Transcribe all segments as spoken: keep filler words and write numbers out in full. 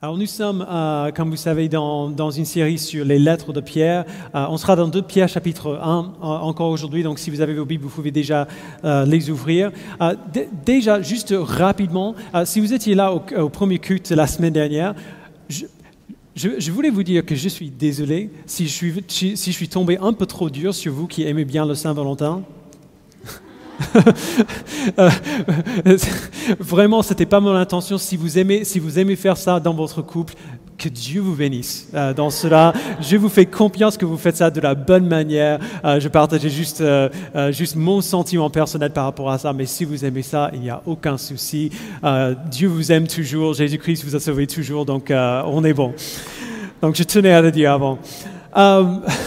Alors nous sommes, euh, comme vous savez, dans, dans une série sur les lettres de Pierre. Euh, on sera dans deux Pierre chapitre un euh, encore aujourd'hui, donc si vous avez vos Bibles, vous pouvez déjà euh, les ouvrir. Euh, d- déjà, juste rapidement, euh, si vous étiez là au, au premier culte la semaine dernière, je, je, je voulais vous dire que je suis désolé si je suis, si, si je suis tombé un peu trop dur sur vous qui aimez bien le Saint-Valentin. euh, vraiment, c'était pas mon intention. Si vous aimez, si vous aimez faire ça dans votre couple, que Dieu vous bénisse euh, dans cela. Je vous fais confiance que vous faites ça de la bonne manière. Euh, je partageais juste, euh, euh, juste mon sentiment personnel par rapport à ça. Mais si vous aimez ça, il n'y a aucun souci. Euh, Dieu vous aime toujours. Jésus-Christ vous a sauvé toujours. Donc, euh, on est bon. Donc, je tenais à le dire avant. Euh,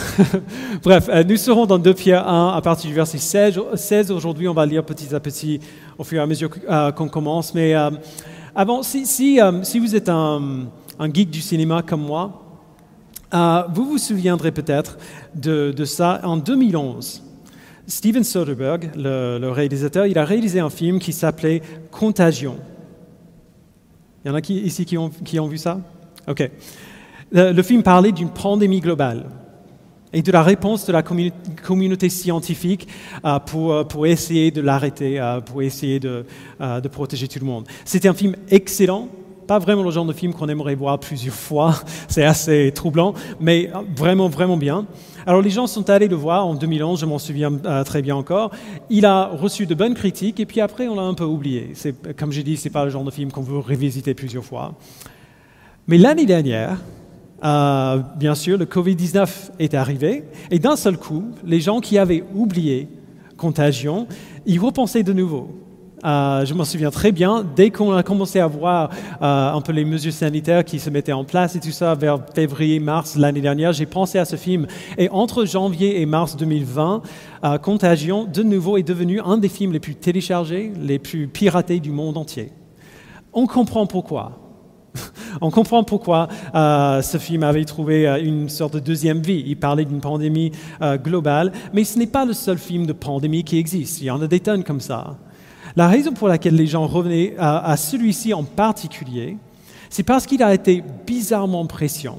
Bref, euh, nous serons dans deux Pierre un à partir du verset seize. seize aujourd'hui, on va lire petit à petit au fur et à mesure euh, qu'on commence. Mais euh, avant, si, si, euh, si vous êtes un, un geek du cinéma comme moi, euh, vous vous souviendrez peut-être de, de ça. En deux mille onze, Steven Soderbergh, le, le réalisateur, il a réalisé un film qui s'appelait Contagion. Il y en a qui, ici qui ont, qui ont vu ça? OK. Le, le film parlait d'une pandémie globale et de la réponse de la communi- communauté scientifique euh, pour, pour essayer de l'arrêter, euh, pour essayer de, euh, de protéger tout le monde. C'était un film excellent, pas vraiment le genre de film qu'on aimerait voir plusieurs fois, c'est assez troublant, mais vraiment, vraiment bien. Alors les gens sont allés le voir en deux mille onze, je m'en souviens euh, très bien encore. Il a reçu de bonnes critiques et puis après on l'a un peu oublié. C'est, comme j'ai dit, c'est pas le genre de film qu'on veut revisiter plusieurs fois. Mais l'année dernière, Euh, bien sûr, le covid dix-neuf est arrivé et d'un seul coup, les gens qui avaient oublié Contagion, y repensaient de nouveau. Euh, je m'en souviens très bien, dès qu'on a commencé à voir euh, un peu les mesures sanitaires qui se mettaient en place et tout ça vers février, mars l'année dernière, j'ai pensé à ce film. Et entre janvier et mars deux mille vingt, euh, Contagion, de nouveau, est devenu un des films les plus téléchargés, les plus piratés du monde entier. On comprend pourquoi. On comprend pourquoi euh, ce film avait trouvé euh, une sorte de deuxième vie. Il parlait d'une pandémie euh, globale, mais ce n'est pas le seul film de pandémie qui existe. Il y en a des tonnes comme ça. La raison pour laquelle les gens revenaient à, à celui-ci en particulier, c'est parce qu'il a été bizarrement pression.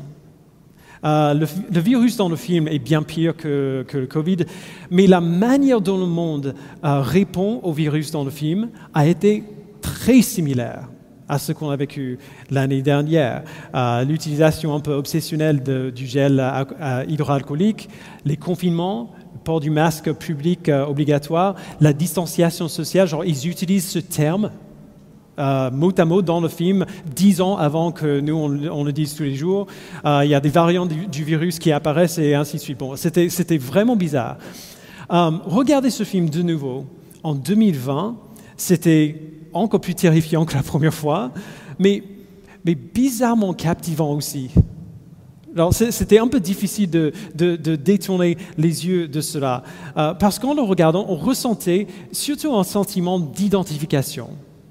Euh, le, le virus dans le film est bien pire que, que le Covid, mais la manière dont le monde euh, répond au virus dans le film a été très similaire à ce qu'on a vécu l'année dernière. Euh, l'utilisation un peu obsessionnelle de, du gel à, à hydroalcoolique, les confinements, le port du masque public euh, obligatoire, la distanciation sociale, genre ils utilisent ce terme euh, mot à mot dans le film, dix ans avant que nous on, on le dise tous les jours. Euh, il y a des variantes du, du virus qui apparaissent et ainsi de suite. Bon, c'était, c'était vraiment bizarre. Euh, regardez ce film de nouveau en deux mille vingt, c'était encore plus terrifiant que la première fois, mais, mais bizarrement captivant aussi. Alors, c'était un peu difficile de, de, de détourner les yeux de cela, euh, parce qu'en le regardant, on ressentait surtout un sentiment d'identification.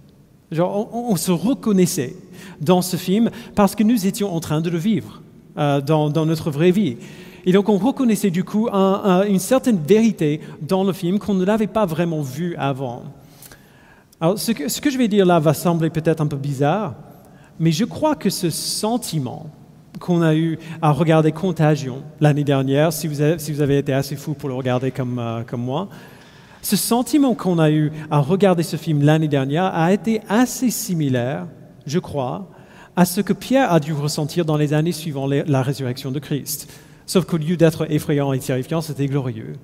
Genre, on, on se reconnaissait dans ce film parce que nous étions en train de le vivre euh, dans, dans notre vraie vie. Et donc, on reconnaissait du coup un, un, une certaine vérité dans le film qu'on ne l'avait pas vraiment vue avant. Alors, ce que, ce que je vais dire là va sembler peut-être un peu bizarre, mais je crois que ce sentiment qu'on a eu à regarder Contagion l'année dernière, si vous avez, si vous avez été assez fou pour le regarder comme, euh, comme moi, ce sentiment qu'on a eu à regarder ce film l'année dernière a été assez similaire, je crois, à ce que Pierre a dû ressentir dans les années suivant les, la résurrection de Christ. Sauf qu'au lieu d'être effrayant et terrifiant, c'était glorieux.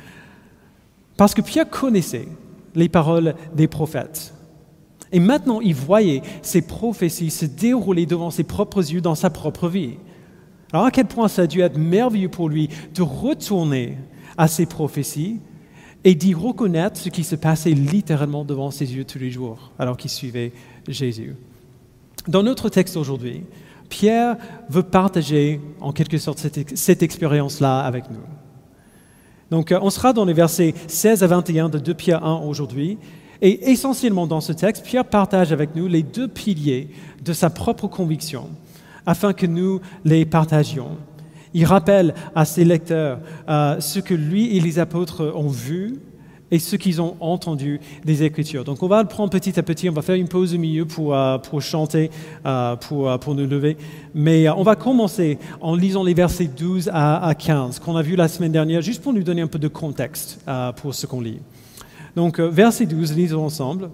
Parce que Pierre connaissait les paroles des prophètes. Et maintenant, il voyait ces prophéties se dérouler devant ses propres yeux dans sa propre vie. Alors à quel point ça a dû être merveilleux pour lui de retourner à ces prophéties et d'y reconnaître ce qui se passait littéralement devant ses yeux tous les jours, alors qu'il suivait Jésus. Dans notre texte aujourd'hui, Pierre veut partager en quelque sorte cette, cette expérience-là avec nous. Donc, on sera dans les versets seize à vingt et un de deux Pierre un aujourd'hui. Et essentiellement dans ce texte, Pierre partage avec nous les deux piliers de sa propre conviction, afin que nous les partagions. Il rappelle à ses lecteurs euh, ce que lui et les apôtres ont vu, et ce qu'ils ont entendu des Écritures. Donc on va le prendre petit à petit, on va faire une pause au milieu pour, euh, pour chanter, euh, pour, euh, pour nous lever. Mais euh, on va commencer en lisant les versets douze à, à quinze qu'on a vus la semaine dernière, juste pour nous donner un peu de contexte euh, pour ce qu'on lit. Donc euh, verset douze, lisons ensemble.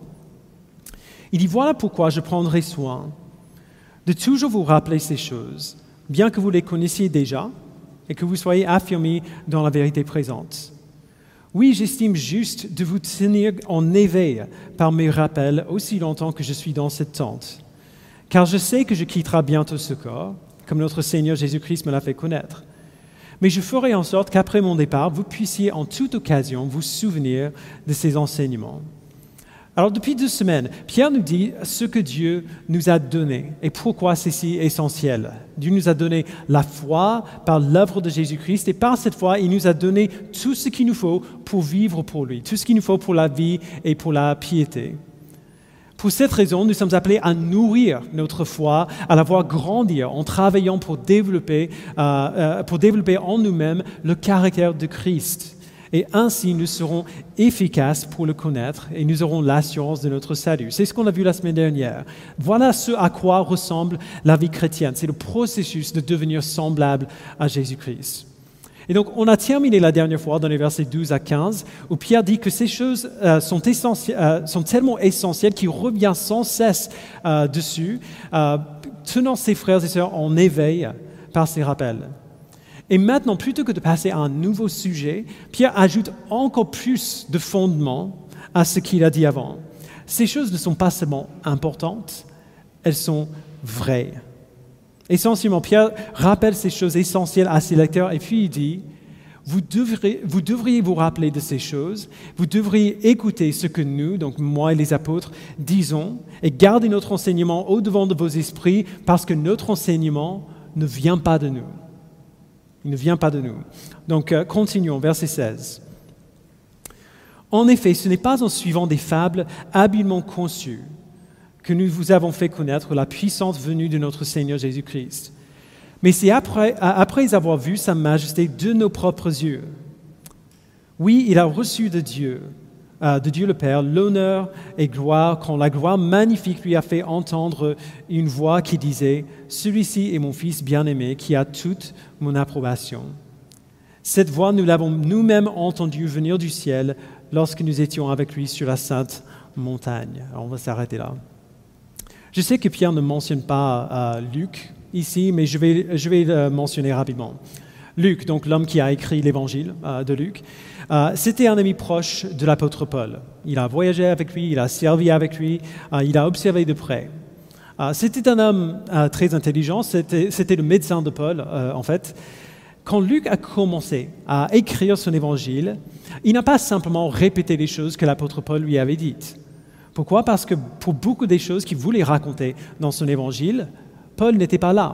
Il dit « Voilà pourquoi je prendrai soin de toujours vous rappeler ces choses, bien que vous les connaissiez déjà et que vous soyez affirmés dans la vérité présente. Oui, j'estime juste de vous tenir en éveil par mes rappels aussi longtemps que je suis dans cette tente. Car je sais que je quitterai bientôt ce corps, comme notre Seigneur Jésus-Christ me l'a fait connaître. Mais je ferai en sorte qu'après mon départ, vous puissiez en toute occasion vous souvenir de ces enseignements. » Alors depuis deux semaines, Pierre nous dit ce que Dieu nous a donné et pourquoi c'est si essentiel. Dieu nous a donné la foi par l'œuvre de Jésus-Christ et par cette foi, il nous a donné tout ce qu'il nous faut pour vivre pour lui, tout ce qu'il nous faut pour la vie et pour la piété. Pour cette raison, nous sommes appelés à nourrir notre foi, à la voir grandir en travaillant pour développer, euh, euh, pour développer en nous-mêmes le caractère de Christ. Et ainsi, nous serons efficaces pour le connaître et nous aurons l'assurance de notre salut. C'est ce qu'on a vu la semaine dernière. Voilà ce à quoi ressemble la vie chrétienne. C'est le processus de devenir semblable à Jésus-Christ. Et donc, on a terminé la dernière fois dans les versets douze à quinze, où Pierre dit que ces choses euh, sont, euh, sont tellement essentielles qu'il revient sans cesse euh, dessus, euh, tenant ses frères et sœurs en éveil par ses rappels. Et maintenant, plutôt que de passer à un nouveau sujet, Pierre ajoute encore plus de fondements à ce qu'il a dit avant. Ces choses ne sont pas seulement importantes, elles sont vraies. Essentiellement, Pierre rappelle ces choses essentielles à ses lecteurs et puis il dit, vous devriez, vous devriez vous rappeler de ces choses, vous devriez écouter ce que nous, donc moi et les apôtres, disons et garder notre enseignement au-devant de vos esprits parce que notre enseignement ne vient pas de nous. Il ne vient pas de nous. Donc, euh, continuons, verset seize. En effet, ce n'est pas en suivant des fables habilement conçues que nous vous avons fait connaître la puissante venue de notre Seigneur Jésus-Christ. Mais c'est après, après avoir vu sa majesté de nos propres yeux. Oui, il a reçu de Dieu, euh, de Dieu le Père, l'honneur et gloire, quand la gloire magnifique lui a fait entendre une voix qui disait « Celui-ci est mon Fils bien-aimé, qui a toute mon approbation. » Cette voix, nous l'avons nous-mêmes entendue venir du ciel lorsque nous étions avec lui sur la sainte montagne. Alors, on va s'arrêter là. Je sais que Pierre ne mentionne pas euh, Luc ici, mais je vais, je vais le mentionner rapidement. Luc, donc l'homme qui a écrit l'évangile euh, de Luc, euh, c'était un ami proche de l'apôtre Paul. Il a voyagé avec lui, il a servi avec lui, euh, il a observé de près. Euh, c'était un homme euh, très intelligent, c'était, c'était le médecin de Paul, euh, en fait. Quand Luc a commencé à écrire son évangile, il n'a pas simplement répété les choses que l'apôtre Paul lui avait dites. Pourquoi ? Parce que pour beaucoup des choses qu'il voulait raconter dans son évangile, Paul n'était pas là.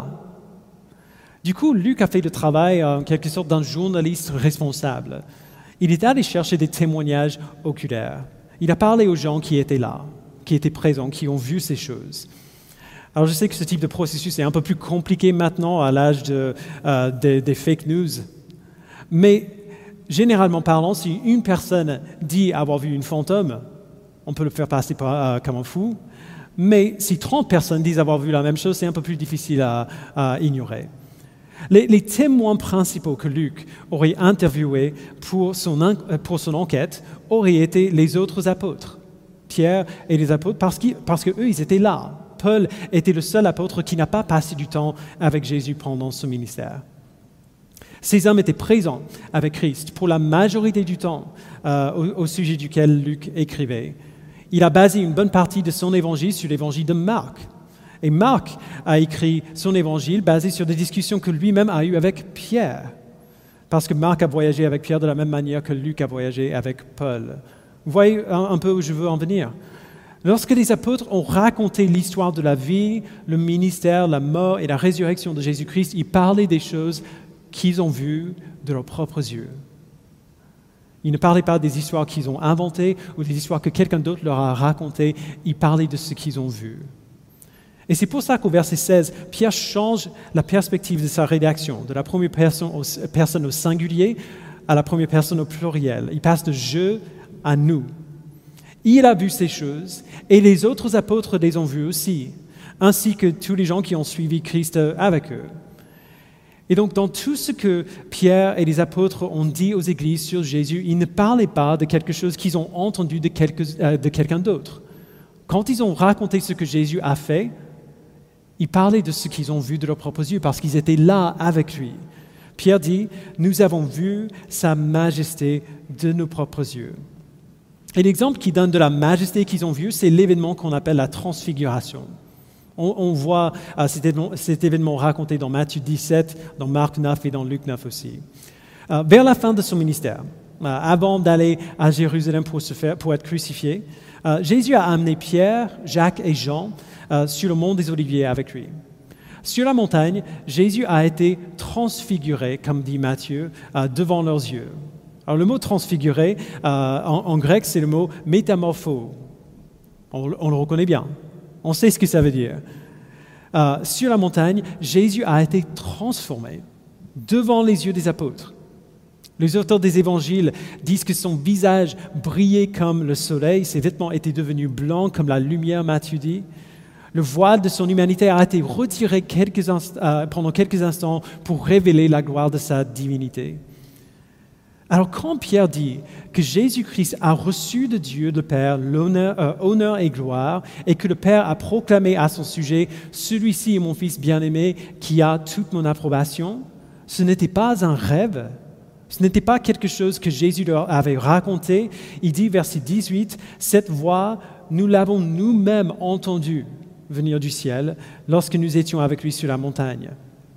Du coup, Luc a fait le travail en quelque sorte d'un journaliste responsable. Il est allé chercher des témoignages oculaires. Il a parlé aux gens qui étaient là, qui étaient présents, qui ont vu ces choses. Alors je sais que ce type de processus est un peu plus compliqué maintenant à l'âge de, euh, des, des fake news, mais généralement parlant, si une personne dit avoir vu une fantôme, on peut le faire passer par, euh, comme un fou, mais si trente personnes disent avoir vu la même chose, c'est un peu plus difficile à, à ignorer. Les, les témoins principaux que Luc aurait interviewés pour son, pour son enquête auraient été les autres apôtres, Pierre et les apôtres, parce, parce qu'eux, ils étaient là. Paul était le seul apôtre qui n'a pas passé du temps avec Jésus pendant son ministère. Ces hommes étaient présents avec Christ pour la majorité du temps euh, au, au sujet duquel Luc écrivait. Il a basé une bonne partie de son évangile sur l'évangile de Marc. Et Marc a écrit son évangile basé sur des discussions que lui-même a eues avec Pierre. Parce que Marc a voyagé avec Pierre de la même manière que Luc a voyagé avec Paul. Vous voyez un, un peu où je veux en venir. Lorsque les apôtres ont raconté l'histoire de la vie, le ministère, la mort et la résurrection de Jésus-Christ, ils parlaient des choses qu'ils ont vues de leurs propres yeux. Ils ne parlaient pas des histoires qu'ils ont inventées ou des histoires que quelqu'un d'autre leur a racontées. Ils parlaient de ce qu'ils ont vu. Et c'est pour ça qu'au verset seize, Pierre change la perspective de sa rédaction, de la première personne au, personne au singulier à la première personne au pluriel. Il passe de « je » à nous. Il a vu ces choses et les autres apôtres les ont vues aussi, ainsi que tous les gens qui ont suivi Christ avec eux. Et donc, dans tout ce que Pierre et les apôtres ont dit aux églises sur Jésus, ils ne parlaient pas de quelque chose qu'ils ont entendu de, quelque, euh, de quelqu'un d'autre. Quand ils ont raconté ce que Jésus a fait, ils parlaient de ce qu'ils ont vu de leurs propres yeux parce qu'ils étaient là avec lui. Pierre dit, « Nous avons vu sa majesté de nos propres yeux ». Et l'exemple qui donne de la majesté qu'ils ont vue, c'est l'événement qu'on appelle la transfiguration. On, on voit euh, cet, événement, cet événement raconté dans Matthieu dix-sept, dans Marc neuf et dans Luc neuf aussi. Euh, vers la fin de son ministère, euh, avant d'aller à Jérusalem pour, se faire, pour être crucifié, euh, Jésus a amené Pierre, Jacques et Jean euh, sur le mont des Oliviers avec lui. Sur la montagne, Jésus a été transfiguré, comme dit Matthieu, euh, devant leurs yeux. Alors le mot transfiguré, euh, en, en grec, c'est le mot métamorpho. On, on le reconnaît bien. On sait ce que ça veut dire. Euh, sur la montagne, Jésus a été transformé devant les yeux des apôtres. Les auteurs des évangiles disent que son visage brillait comme le soleil, ses vêtements étaient devenus blancs comme la lumière, Matthieu dit. Le voile de son humanité a été retiré quelques inst- euh, pendant quelques instants pour révéler la gloire de sa divinité. Alors quand Pierre dit que Jésus-Christ a reçu de Dieu le Père l'honneur, euh, honneur et gloire et que le Père a proclamé à son sujet « Celui-ci est mon Fils bien-aimé qui a toute mon approbation », ce n'était pas un rêve, ce n'était pas quelque chose que Jésus leur avait raconté. Il dit, verset dix-huit, « Cette voix, nous l'avons nous-mêmes entendue venir du ciel lorsque nous étions avec lui sur la montagne. »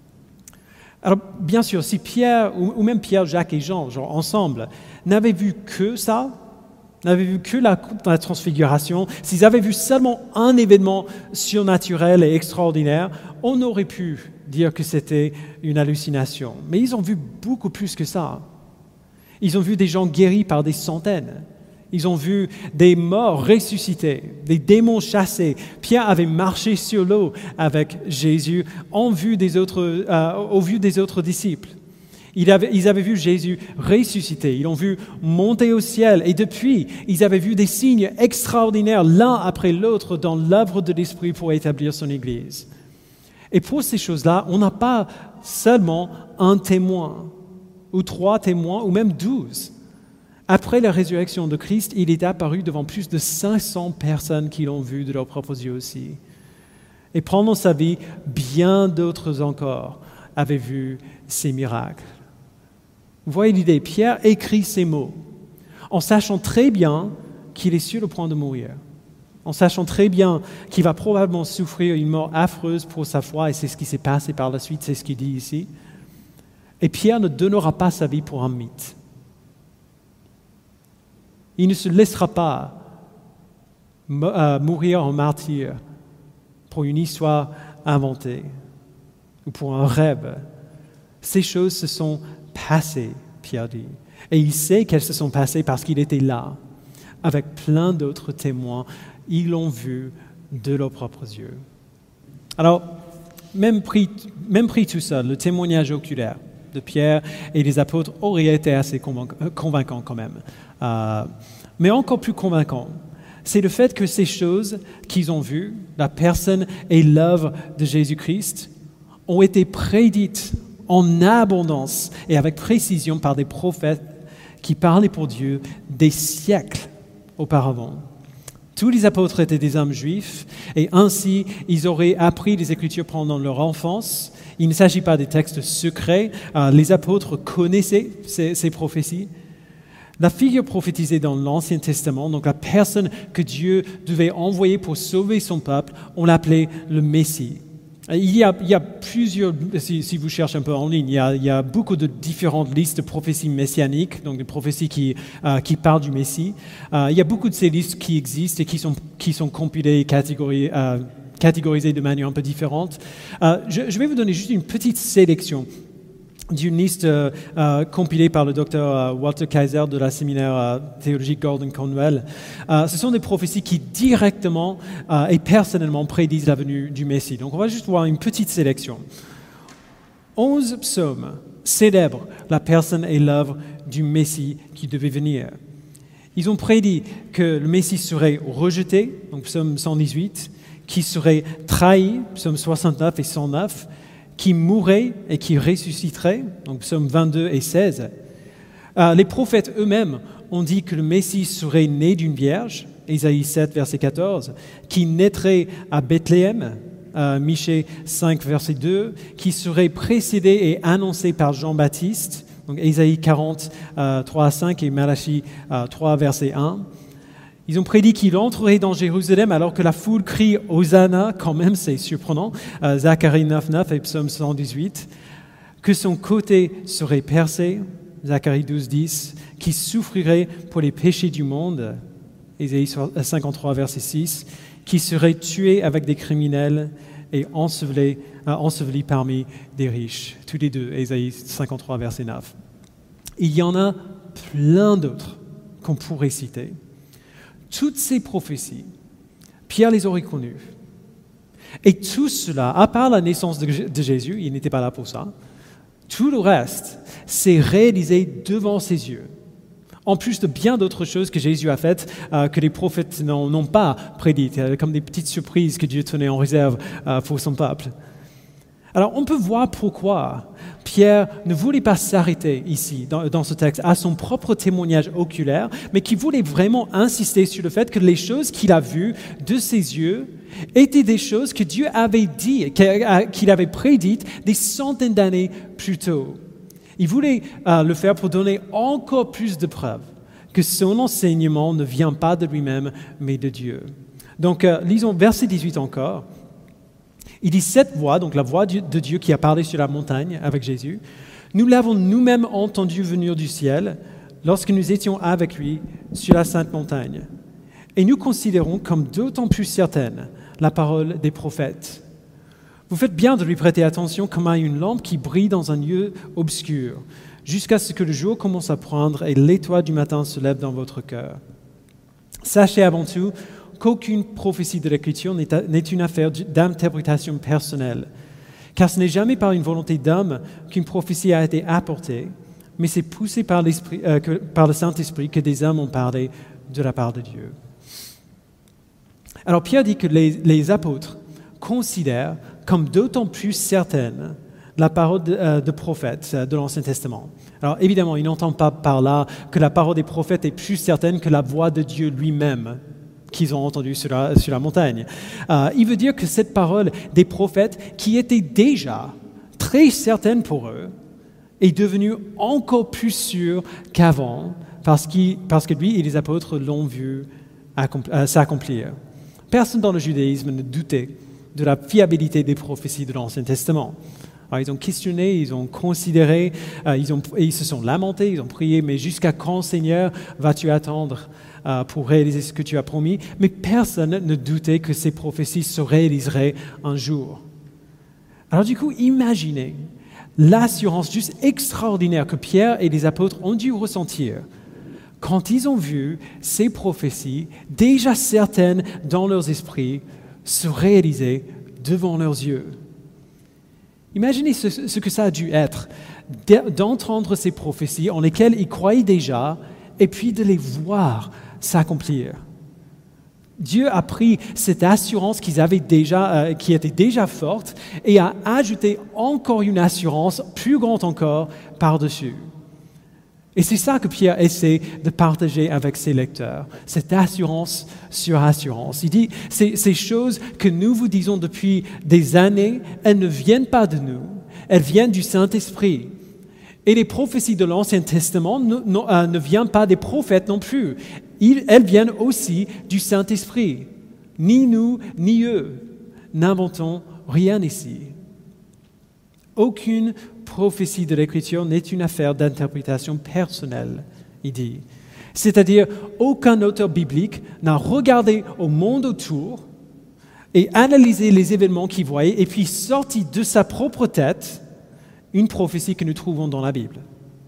Alors, bien sûr, si Pierre, ou même Pierre, Jacques et Jean, genre ensemble, n'avaient vu que ça, n'avaient vu que la, la transfiguration, s'ils avaient vu seulement un événement surnaturel et extraordinaire, on aurait pu dire que c'était une hallucination. Mais ils ont vu beaucoup plus que ça. Ils ont vu des gens guéris par des centaines. Ils ont vu des morts ressuscités, des démons chassés. Pierre avait marché sur l'eau avec Jésus en vue des autres, euh, au vu des autres disciples. Ils avaient, ils avaient vu Jésus ressuscité, ils l'ont vu monter au ciel et depuis, ils avaient vu des signes extraordinaires l'un après l'autre dans l'œuvre de l'Esprit pour établir son Église. Et pour ces choses-là, on n'a pas seulement un témoin, ou trois témoins, ou même douze. Après la résurrection de Christ, il est apparu devant plus de cinq cents personnes qui l'ont vu de leurs propres yeux aussi. Et pendant sa vie, bien d'autres encore avaient vu ces miracles. Vous voyez l'idée, Pierre écrit ces mots en sachant très bien qu'il est sur le point de mourir, en sachant très bien qu'il va probablement souffrir une mort affreuse pour sa foi, et c'est ce qui s'est passé par la suite, c'est ce qu'il dit ici. Et Pierre ne donnera pas sa vie pour un mythe. Il ne se laissera pas mourir en martyr pour une histoire inventée ou pour un rêve. Ces choses se sont passées, Pierre dit. Et il sait qu'elles se sont passées parce qu'il était là, avec plein d'autres témoins. Ils l'ont vu de leurs propres yeux. Alors, même pris, même pris tout seul, le témoignage oculaire de Pierre et des apôtres aurait été assez convaincant quand même. Euh, mais encore plus convaincant, c'est le fait que ces choses qu'ils ont vues, la personne et l'œuvre de Jésus-Christ, ont été prédites en abondance et avec précision par des prophètes qui parlaient pour Dieu des siècles auparavant. Tous les apôtres étaient des hommes juifs et ainsi ils auraient appris les Écritures pendant leur enfance. Il ne s'agit pas des textes secrets, euh, les apôtres connaissaient ces, ces prophéties. La figure prophétisée dans l'Ancien Testament, donc la personne que Dieu devait envoyer pour sauver son peuple, on l'appelait le Messie. Il y a, il y a plusieurs, si, si vous cherchez un peu en ligne, il y, a, il y a beaucoup de différentes listes de prophéties messianiques, donc des prophéties qui, euh, qui parlent du Messie. Euh, il y a beaucoup de ces listes qui existent et qui sont, qui sont compilées et catégorisées, euh, catégorisées de manière un peu différente. Euh, je, je vais vous donner juste une petite sélection d'une liste euh, euh, compilée par le docteur euh, Walter Kaiser de la séminaire euh, théologique Gordon Conwell. Euh, ce sont des prophéties qui directement euh, et personnellement prédisent la venue du Messie. Donc on va juste voir une petite sélection. Onze psaumes célèbrent la personne et l'œuvre du Messie qui devait venir. Ils ont prédit que le Messie serait rejeté, donc psaume cent dix-huit, qui serait trahi, psaume soixante-neuf et cent neuf, qui mourrait et qui ressusciterait, donc psaume vingt-deux et seize. Euh, les prophètes eux-mêmes ont dit que le Messie serait né d'une vierge, Ésaïe sept, verset quatorze, qui naîtrait à Bethléem, euh, Michée cinq, verset deux, qui serait précédé et annoncé par Jean-Baptiste, donc Ésaïe quarante, euh, trois à cinq et Malachie euh, trois, verset un. Ils ont prédit qu'il entrerait dans Jérusalem alors que la foule crie « Hosanna », quand même, c'est surprenant, euh, Zacharie neuf, neuf et psaume cent dix-huit, que son côté serait percé, Zacharie douze, dix, qui souffrirait pour les péchés du monde, Ésaïe cinquante-trois, verset six, qui serait tué avec des criminels et enseveli, euh, enseveli parmi des riches. Tous les deux, Ésaïe cinquante-trois, verset neuf. Il y en a plein d'autres qu'on pourrait citer. Toutes ces prophéties, Pierre les aurait connues. Et tout cela, à part la naissance de, de Jésus, il n'était pas là pour ça, tout le reste s'est réalisé devant ses yeux. En plus de bien d'autres choses que Jésus a faites, euh, que les prophètes n'ont, n'ont pas prédites, euh, comme des petites surprises que Dieu tenait en réserve euh, pour son peuple. Alors, on peut voir pourquoi Pierre ne voulait pas s'arrêter ici, dans, dans ce texte, à son propre témoignage oculaire, mais qu'il voulait vraiment insister sur le fait que les choses qu'il a vues de ses yeux étaient des choses que Dieu avait dit, qu'il avait prédites des centaines d'années plus tôt. Il voulait euh, le faire pour donner encore plus de preuves que son enseignement ne vient pas de lui-même, mais de Dieu. Donc, euh, lisons verset dix-huit encore. Il dit « Cette voix, donc la voix de Dieu qui a parlé sur la montagne avec Jésus, nous l'avons nous-mêmes entendu venir du ciel lorsque nous étions avec lui sur la sainte montagne. Et nous considérons comme d'autant plus certaine la parole des prophètes. Vous faites bien de lui prêter attention comme à une lampe qui brille dans un lieu obscur, jusqu'à ce que le jour commence à poindre et l'étoile du matin se lève dans votre cœur. Sachez avant tout qu'aucune prophétie de l'Écriture n'est une affaire d'interprétation personnelle, car ce n'est jamais par une volonté d'homme qu'une prophétie a été apportée, mais c'est poussé par, l'esprit, euh, que, par le Saint-Esprit que des hommes ont parlé de la part de Dieu. » Alors Pierre dit que les, les apôtres considèrent comme d'autant plus certaine la parole de, euh, de prophètes euh, de l'Ancien Testament. Alors évidemment, il n'entend pas par là que la parole des prophètes est plus certaine que la voix de Dieu lui-même qu'ils ont entendue sur la, sur la montagne. Euh, il veut dire que cette parole des prophètes, qui était déjà très certaine pour eux, est devenue encore plus sûre qu'avant, parce, parce que lui et les apôtres l'ont vu accompli, euh, s'accomplir. Personne dans le judaïsme ne doutait de la fiabilité des prophéties de l'Ancien Testament. Alors, ils ont questionné, ils ont considéré, euh, ils, ont, ils se sont lamentés, ils ont prié, mais jusqu'à quand, Seigneur, vas-tu attendre euh, pour réaliser ce que tu as promis? Mais personne ne doutait que ces prophéties se réaliseraient un jour. Alors du coup, imaginez l'assurance juste extraordinaire que Pierre et les apôtres ont dû ressentir quand ils ont vu ces prophéties, déjà certaines dans leurs esprits, se réaliser devant leurs yeux. Imaginez ce, ce que ça a dû être, d'entendre ces prophéties en lesquelles ils croyaient déjà, et puis de les voir s'accomplir. Dieu a pris cette assurance qu'ils avaient déjà, euh, qui était déjà forte, et a ajouté encore une assurance plus grande encore par-dessus. Et c'est ça que Pierre essaie de partager avec ses lecteurs, cette assurance sur assurance. Il dit, ces, ces choses que nous vous disons depuis des années, elles ne viennent pas de nous, elles viennent du Saint-Esprit. Et les prophéties de l'Ancien Testament ne, ne, euh, ne viennent pas des prophètes non plus, Ils, elles viennent aussi du Saint-Esprit. Ni nous, ni eux n'inventons rien ici. Aucune prophétie de l'Écriture n'est une affaire d'interprétation personnelle, il dit. C'est-à-dire, aucun auteur biblique n'a regardé au monde autour et analysé les événements qu'il voyait et puis sorti de sa propre tête une prophétie que nous trouvons dans la Bible.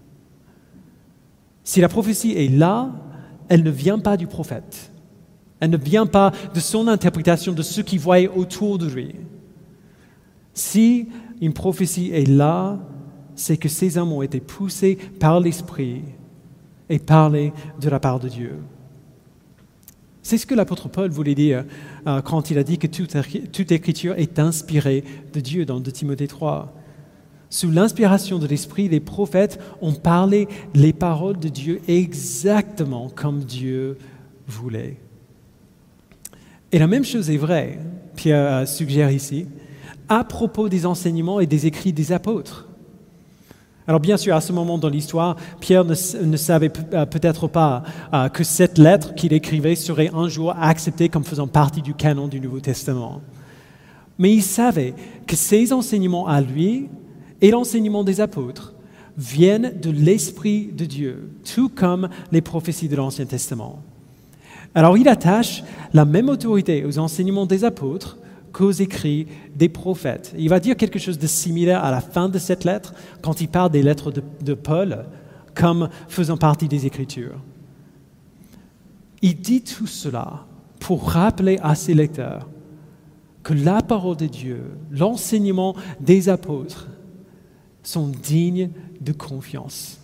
Si la prophétie est là, elle ne vient pas du prophète. Elle ne vient pas de son interprétation de ce qu'il voyait autour de lui. Si une prophétie est là, c'est que ces hommes ont été poussés par l'Esprit et parlé de la part de Dieu. C'est ce que l'apôtre Paul voulait dire euh, quand il a dit que toute, toute écriture est inspirée de Dieu dans deux Timothée trois. Sous l'inspiration de l'Esprit, les prophètes ont parlé les paroles de Dieu exactement comme Dieu voulait. Et la même chose est vraie, Pierre suggère ici, à propos des enseignements et des écrits des apôtres. Alors bien sûr, à ce moment dans l'histoire, Pierre ne, ne savait peut-être pas euh, que cette lettre qu'il écrivait serait un jour acceptée comme faisant partie du canon du Nouveau Testament. Mais il savait que ses enseignements à lui et l'enseignement des apôtres viennent de l'Esprit de Dieu, tout comme les prophéties de l'Ancien Testament. Alors il attache la même autorité aux enseignements des apôtres qu'aux écrits des prophètes. Il va dire quelque chose de similaire à la fin de cette lettre, quand il parle des lettres de, de Paul comme faisant partie des Écritures. Il dit tout cela pour rappeler à ses lecteurs que la parole de Dieu, l'enseignement des apôtres, sont dignes de confiance.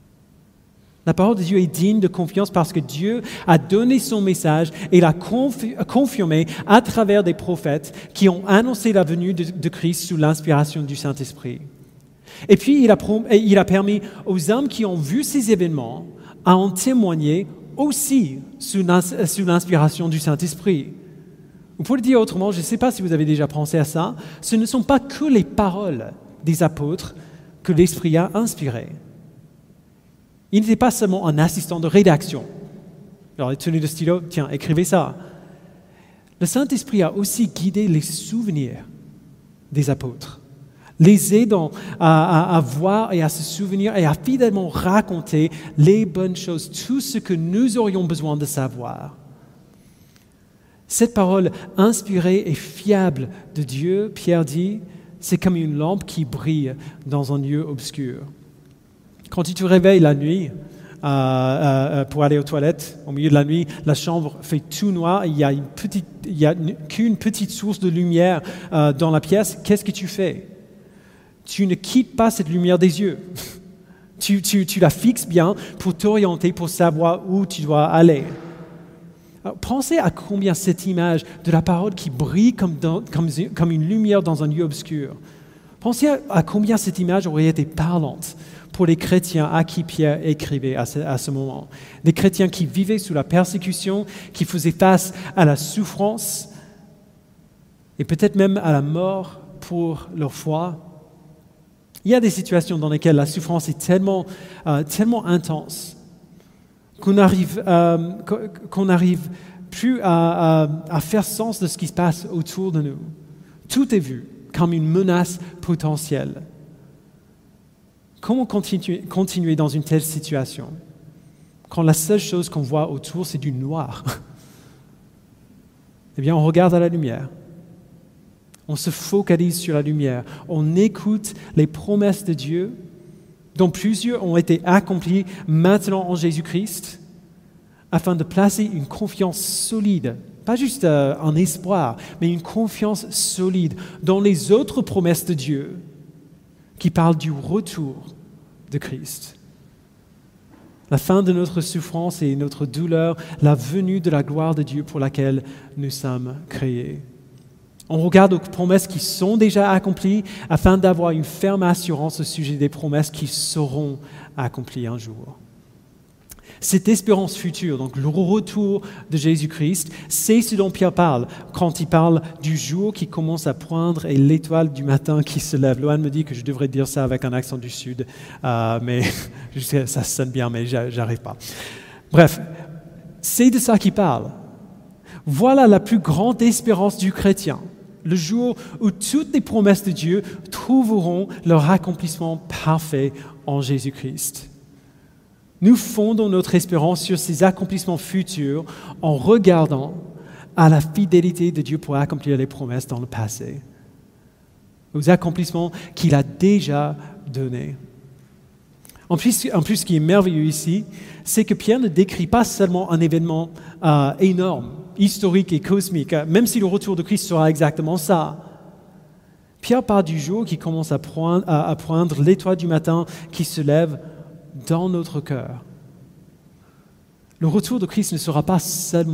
La parole de Dieu est digne de confiance parce que Dieu a donné son message et l'a confi- confirmé à travers des prophètes qui ont annoncé la venue de, de Christ sous l'inspiration du Saint-Esprit. Et puis, il a, prom- il a permis aux hommes qui ont vu ces événements à en témoigner aussi sous, l'ins- sous l'inspiration du Saint-Esprit. Ou pour le dire autrement, je ne sais pas si vous avez déjà pensé à ça, ce ne sont pas que les paroles des apôtres que l'Esprit a inspirées. Il n'était pas seulement un assistant de rédaction. Alors, il tenait le stylo, tiens, écrivez ça. Le Saint-Esprit a aussi guidé les souvenirs des apôtres, les aidant à, à, à voir et à se souvenir et à fidèlement raconter les bonnes choses, tout ce que nous aurions besoin de savoir. Cette parole inspirée et fiable de Dieu, Pierre dit, c'est comme une lampe qui brille dans un lieu obscur. Quand tu te réveilles la nuit euh, euh, pour aller aux toilettes, au milieu de la nuit, la chambre fait tout noir, il n'y a, une petite, il y a une, qu'une petite source de lumière euh, dans la pièce, qu'est-ce que tu fais? Tu ne quittes pas cette lumière des yeux. tu, tu, tu la fixes bien pour t'orienter, pour savoir où tu dois aller. Alors, pensez à combien cette image de la parole qui brille comme, dans, comme, comme une lumière dans un lieu obscur. Pensez à, à combien cette image aurait été parlante pour les chrétiens à qui Pierre écrivait à ce, à ce moment. Des chrétiens qui vivaient sous la persécution, qui faisaient face à la souffrance et peut-être même à la mort pour leur foi. Il y a des situations dans lesquelles la souffrance est tellement, euh, tellement intense qu'on n'arrive euh, qu'on n'arrive plus à, à, à faire sens de ce qui se passe autour de nous. Tout est vu comme une menace potentielle. Comment continuer, continuer dans une telle situation quand la seule chose qu'on voit autour, c'est du noir? Eh bien, on regarde à la lumière. On se focalise sur la lumière. On écoute les promesses de Dieu, dont plusieurs ont été accomplies maintenant en Jésus-Christ, afin de placer une confiance solide, pas juste euh, un espoir, mais une confiance solide dans les autres promesses de Dieu qui parlent du retour de Christ. La fin de notre souffrance et notre douleur, la venue de la gloire de Dieu pour laquelle nous sommes créés. On regarde aux promesses qui sont déjà accomplies afin d'avoir une ferme assurance au sujet des promesses qui seront accomplies un jour. Cette espérance future, donc le retour de Jésus-Christ, c'est ce dont Pierre parle quand il parle du jour qui commence à poindre et l'étoile du matin qui se lève. Loan me dit que je devrais dire ça avec un accent du Sud, euh, mais je sais, ça sonne bien, mais j'arrive pas. Bref, c'est de ça qu'il parle. Voilà la plus grande espérance du chrétien, le jour où toutes les promesses de Dieu trouveront leur accomplissement parfait en Jésus-Christ. Nous fondons notre espérance sur ces accomplissements futurs en regardant à la fidélité de Dieu pour accomplir les promesses dans le passé, aux accomplissements qu'il a déjà donnés. En plus, en plus, ce qui est merveilleux ici, c'est que Pierre ne décrit pas seulement un événement euh, énorme, historique et cosmique, même si le retour de Christ sera exactement ça. Pierre parle du jour qui commence à poindre, à, à poindre l'étoile du matin qui se lève dans notre cœur. Le retour de Christ ne sera pas seulement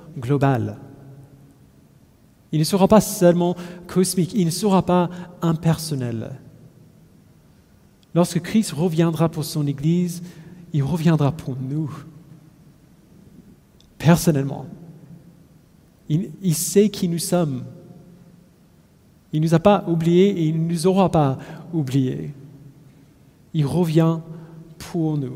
global. Il ne sera pas seulement cosmique, il ne sera pas impersonnel. Lorsque Christ reviendra pour son Église, il reviendra pour nous, personnellement. Il, il sait qui nous sommes. Il ne nous a pas oubliés et il ne nous aura pas oubliés. Il revient pour nous.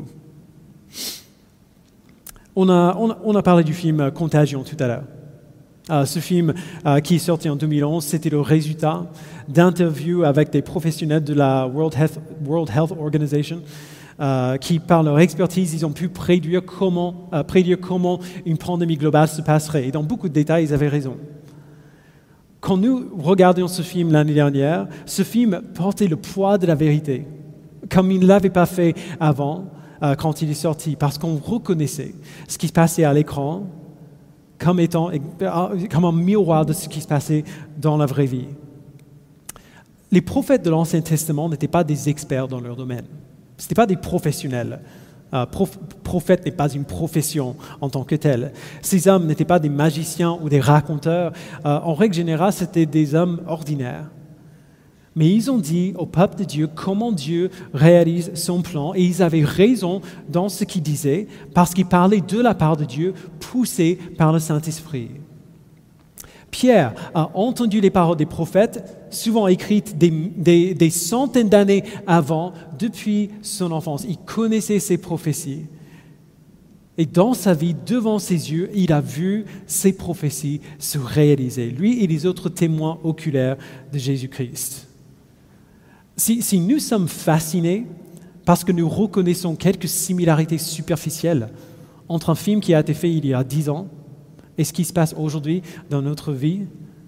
On a, on a, on a parlé du film Contagion tout à l'heure. Uh, ce film uh, qui est sorti en deux mille onze, c'était le résultat d'interviews avec des professionnels de la World Health, World Health Organization uh, qui, par leur expertise, ils ont pu prédire comment, uh, prédire comment une pandémie globale se passerait. Et dans beaucoup de détails, ils avaient raison. Quand nous regardions ce film l'année dernière, ce film portait le poids de la vérité, comme il ne l'avait pas fait avant uh, quand il est sorti, parce qu'on reconnaissait ce qui se passait à l'écran comme étant comme un miroir de ce qui se passait dans la vraie vie. Les prophètes de l'Ancien Testament n'étaient pas des experts dans leur domaine. Ce n'étaient pas des professionnels. Euh, prof, prophète n'est pas une profession en tant que telle. Ces hommes n'étaient pas des magiciens ou des raconteurs. Euh, en règle générale, c'était des hommes ordinaires. Mais ils ont dit au peuple de Dieu comment Dieu réalise son plan, et ils avaient raison dans ce qu'ils disaient, parce qu'ils parlaient de la part de Dieu, poussés par le Saint-Esprit. Pierre a entendu les paroles des prophètes, souvent écrites des, des, des centaines d'années avant, depuis son enfance. Il connaissait ces prophéties. Et dans sa vie, devant ses yeux, il a vu ces prophéties se réaliser, lui et les autres témoins oculaires de Jésus-Christ. Si, si nous sommes fascinés parce que nous reconnaissons quelques similarités superficielles entre un film qui a été fait il y a dix ans et ce qui se passe aujourd'hui dans notre vie,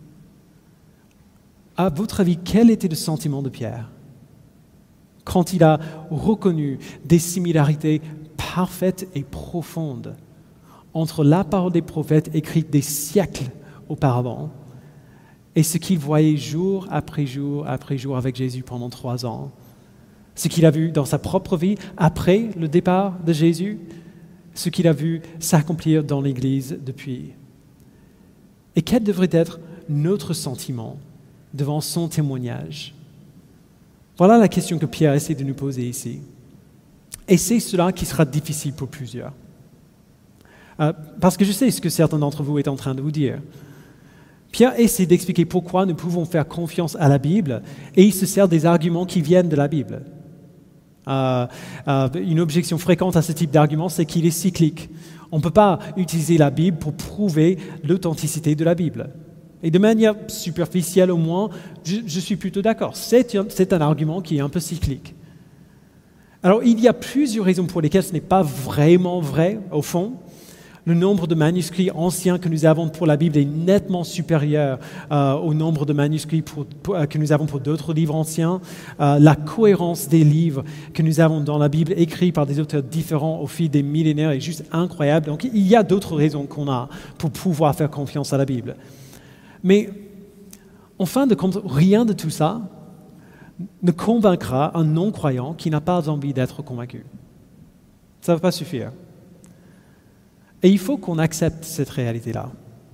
à votre avis, quel était le sentiment de Pierre quand il a reconnu des similarités parfaites et profondes entre la parole des prophètes écrite des siècles auparavant et ce qu'il voyait jour après jour après jour avec Jésus pendant trois ans, ce qu'il a vu dans sa propre vie après le départ de Jésus, ce qu'il a vu s'accomplir dans l'Église depuis. Et quel devrait être notre sentiment devant son témoignage? Voilà la question que Pierre essaie de nous poser ici. Et c'est cela qui sera difficile pour plusieurs. Euh, parce que je sais ce que certains d'entre vous sont en train de vous dire. Pierre essaie d'expliquer pourquoi nous pouvons faire confiance à la Bible et il se sert des arguments qui viennent de la Bible. Euh, euh, une objection fréquente à ce type d'argument, c'est qu'il est cyclique. On ne peut pas utiliser la Bible pour prouver l'authenticité de la Bible. Et de manière superficielle au moins, je, je suis plutôt d'accord. C'est un, c'est un argument qui est un peu cyclique. Alors, il y a plusieurs raisons pour lesquelles ce n'est pas vraiment vrai, au fond. Le nombre de manuscrits anciens que nous avons pour la Bible est nettement supérieur euh, au nombre de manuscrits pour, pour, euh, que nous avons pour d'autres livres anciens. Euh, la cohérence des livres que nous avons dans la Bible, écrits par des auteurs différents au fil des millénaires, est juste incroyable. Donc, il y a d'autres raisons qu'on a pour pouvoir faire confiance à la Bible. Mais, en fin de compte, rien de tout ça ne convaincra un non-croyant qui n'a pas envie d'être convaincu. Ça ne va pas suffire. Et il faut qu'on accepte cette réalité-là.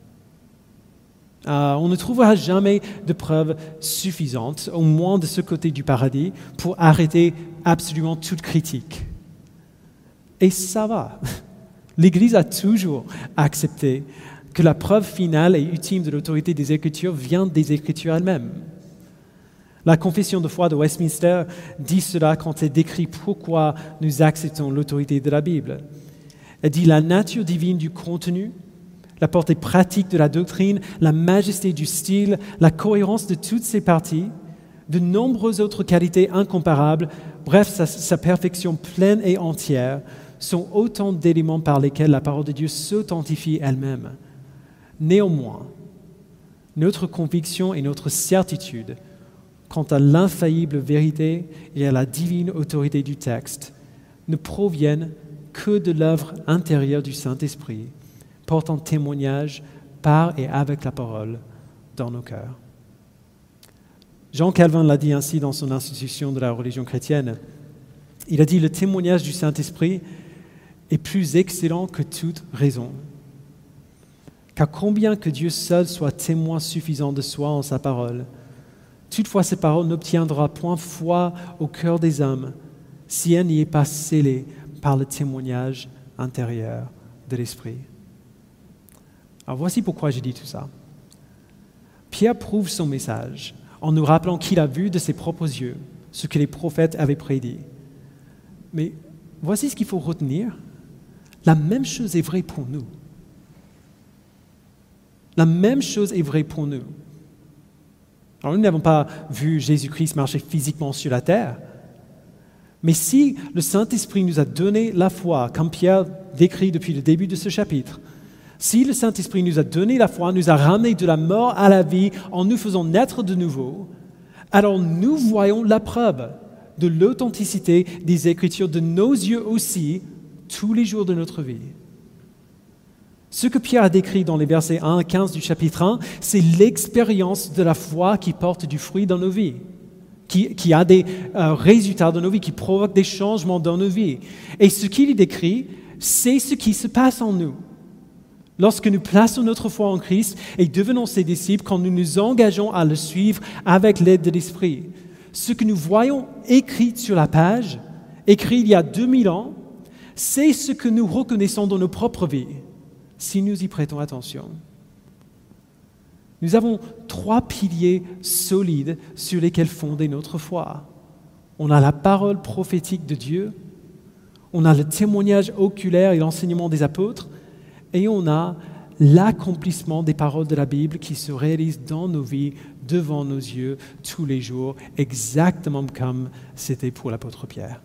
Euh, on ne trouvera jamais de preuves suffisantes, au moins de ce côté du paradis, pour arrêter absolument toute critique. Et ça va. L'Église a toujours accepté que la preuve finale et ultime de l'autorité des Écritures vient des Écritures elles-mêmes. La confession de foi de Westminster dit cela quand elle décrit pourquoi nous acceptons l'autorité de la Bible. Elle dit la nature divine du contenu, la portée pratique de la doctrine, la majesté du style, la cohérence de toutes ses parties, de nombreuses autres qualités incomparables, bref, sa, sa perfection pleine et entière, sont autant d'éléments par lesquels la parole de Dieu s'authentifie elle-même. Néanmoins, notre conviction et notre certitude quant à l'infaillible vérité et à la divine autorité du texte ne proviennent que de l'œuvre intérieure du Saint-Esprit, portant témoignage par et avec la parole dans nos cœurs. Jean Calvin l'a dit ainsi dans son institution de la religion chrétienne. Il a dit « Le témoignage du Saint-Esprit est plus excellent que toute raison. Car combien que Dieu seul soit témoin suffisant de soi en sa parole, toutefois cette parole n'obtiendra point foi au cœur des hommes si elle n'y est pas scellée par le témoignage intérieur de l'Esprit. Alors voici pourquoi je dis tout ça. Pierre prouve son message en nous rappelant qu'il a vu de ses propres yeux ce que les prophètes avaient prédit. Mais voici ce qu'il faut retenir. La même chose est vraie pour nous. La même chose est vraie pour nous. Alors nous n'avons pas vu Jésus-Christ marcher physiquement sur la terre, mais si le Saint-Esprit nous a donné la foi, comme Pierre décrit depuis le début de ce chapitre, si le Saint-Esprit nous a donné la foi, nous a ramenés de la mort à la vie en nous faisant naître de nouveau, alors nous voyons la preuve de l'authenticité des Écritures de nos yeux aussi, tous les jours de notre vie. Ce que Pierre a décrit dans les versets un à quinze du chapitre un, c'est l'expérience de la foi qui porte du fruit dans nos vies, qui, qui a des euh, résultats dans nos vies, qui provoque des changements dans nos vies. Et ce qu'il y décrit, c'est ce qui se passe en nous. Lorsque nous plaçons notre foi en Christ et devenons ses disciples, quand nous nous engageons à le suivre avec l'aide de l'Esprit, ce que nous voyons écrit sur la page, écrit il y a deux mille ans, c'est ce que nous reconnaissons dans nos propres vies, si nous y prêtons attention. Nous avons trois piliers solides sur lesquels fonder notre foi. On a la parole prophétique de Dieu, on a le témoignage oculaire et l'enseignement des apôtres, et on a l'accomplissement des paroles de la Bible qui se réalisent dans nos vies, devant nos yeux, tous les jours, exactement comme c'était pour l'apôtre Pierre.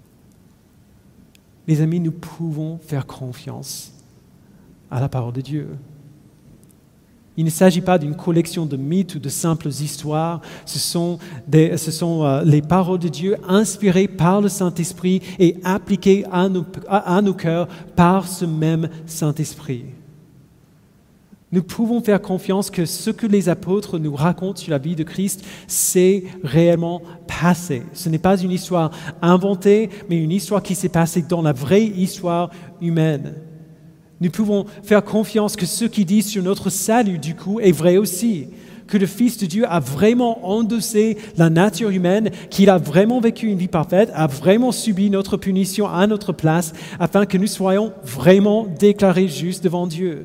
Les amis, nous pouvons faire confiance à la parole de Dieu. Il ne s'agit pas d'une collection de mythes ou de simples histoires. Ce sont, des, ce sont euh, les paroles de Dieu inspirées par le Saint-Esprit et appliquées à nos, à, à nos cœurs par ce même Saint-Esprit. Nous pouvons faire confiance que ce que les apôtres nous racontent sur la vie de Christ, c'est réellement passé. Ce n'est pas une histoire inventée, mais une histoire qui s'est passée dans la vraie histoire humaine. Nous pouvons faire confiance que ce qu'il dit sur notre salut, du coup, est vrai aussi. Que le Fils de Dieu a vraiment endossé la nature humaine, qu'il a vraiment vécu une vie parfaite, a vraiment subi notre punition à notre place, afin que nous soyons vraiment déclarés justes devant Dieu.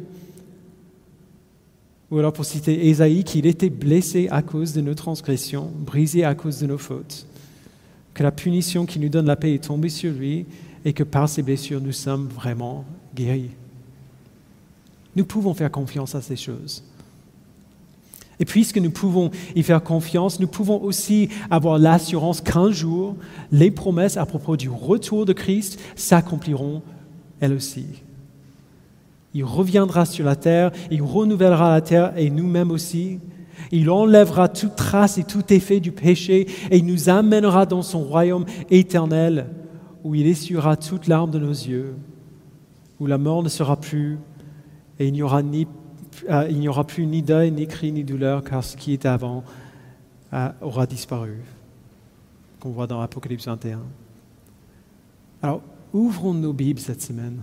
Ou alors pour citer Ésaïe, qu'il était blessé à cause de nos transgressions, brisé à cause de nos fautes. Que la punition qui nous donne la paix est tombée sur lui et que par ses blessures nous sommes vraiment guéris. Nous pouvons faire confiance à ces choses. Et puisque nous pouvons y faire confiance, nous pouvons aussi avoir l'assurance qu'un jour, les promesses à propos du retour de Christ s'accompliront elles aussi. Il reviendra sur la terre, il renouvellera la terre et nous-mêmes aussi. Il enlèvera toute trace et tout effet du péché et il nous amènera dans son royaume éternel où il essuiera toute larme de nos yeux, où la mort ne sera plus et il n'y aura, ni, euh, il n'y aura plus ni deuil, ni cri, ni douleur, car ce qui était avant euh, aura disparu, qu'on voit dans Apocalypse vingt et un. Alors, ouvrons nos Bibles cette semaine.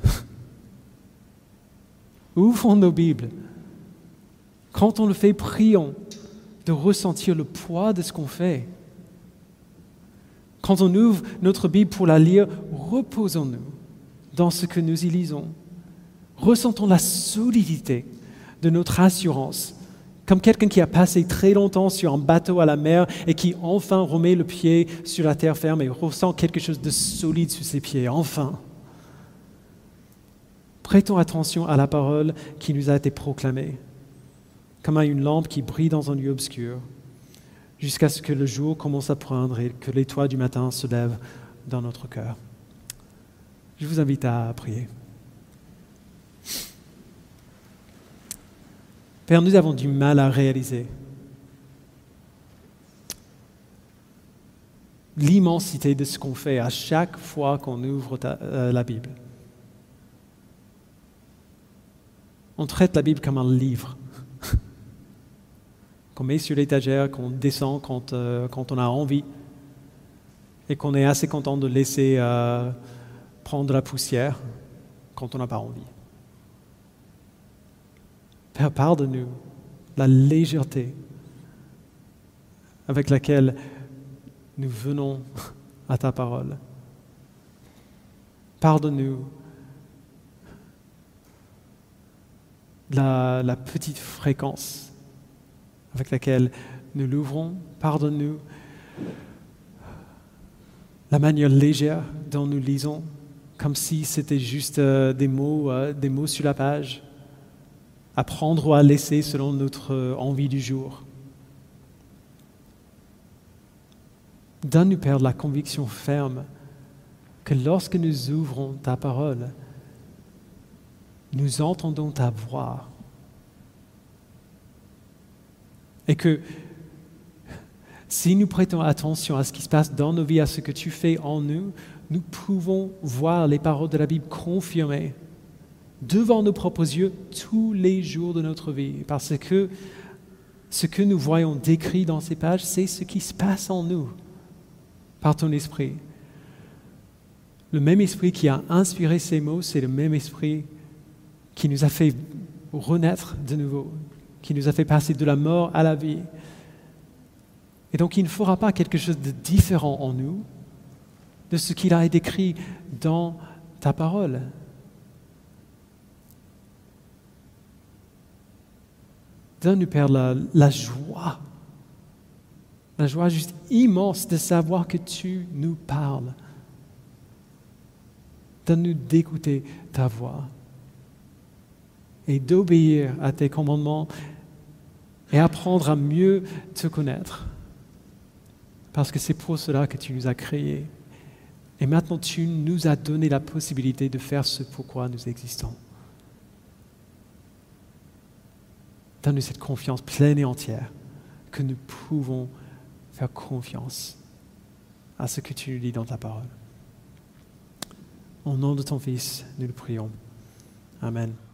Ouvrons nos Bibles. Quand on le fait, prions de ressentir le poids de ce qu'on fait. Quand on ouvre notre Bible pour la lire, reposons-nous dans ce que nous y lisons. Ressentons la solidité de notre assurance, comme quelqu'un qui a passé très longtemps sur un bateau à la mer et qui enfin remet le pied sur la terre ferme et ressent quelque chose de solide sous ses pieds, enfin. Prêtons attention à la parole qui nous a été proclamée, comme à une lampe qui brille dans un lieu obscur, jusqu'à ce que le jour commence à poindre et que l'étoile du matin se lève dans notre cœur. Je vous invite à prier. Père, nous avons du mal à réaliser l'immensité de ce qu'on fait à chaque fois qu'on ouvre ta, euh, la Bible. On traite la Bible comme un livre qu'on met sur l'étagère, qu'on descend quand, euh, quand on a envie et qu'on est assez content de laisser euh, prendre la poussière quand on n'a pas envie. Père, pardonne-nous la légèreté avec laquelle nous venons à ta parole. Pardonne-nous la, la petite fréquence avec laquelle nous l'ouvrons. Pardonne-nous la manière légère dont nous lisons, comme si c'était juste euh, des mots, euh, des mots sur la page, à prendre ou à laisser selon notre euh, envie du jour. Donne-nous, Père, la conviction ferme que lorsque nous ouvrons ta parole, nous entendons ta voix. Et que si nous prêtons attention à ce qui se passe dans nos vies, à ce que tu fais en nous, nous pouvons voir les paroles de la Bible confirmées devant nos propres yeux tous les jours de notre vie. Parce que ce que nous voyons décrit dans ces pages, c'est ce qui se passe en nous par ton esprit. Le même esprit qui a inspiré ces mots, c'est le même esprit qui nous a fait renaître de nouveau, qui nous a fait passer de la mort à la vie. Et donc il ne fera pas quelque chose de différent en nous de ce qu'il a décrit dans ta parole. Donne-nous, Père, la, la joie, la joie juste immense de savoir que tu nous parles. Donne-nous d'écouter ta voix et d'obéir à tes commandements et apprendre à mieux te connaître. Parce que c'est pour cela que tu nous as créés. Et maintenant, tu nous as donné la possibilité de faire ce pourquoi nous existons. Donne-nous cette confiance pleine et entière que nous pouvons faire confiance à ce que tu nous dis dans ta parole. Au nom de ton Fils, nous le prions. Amen.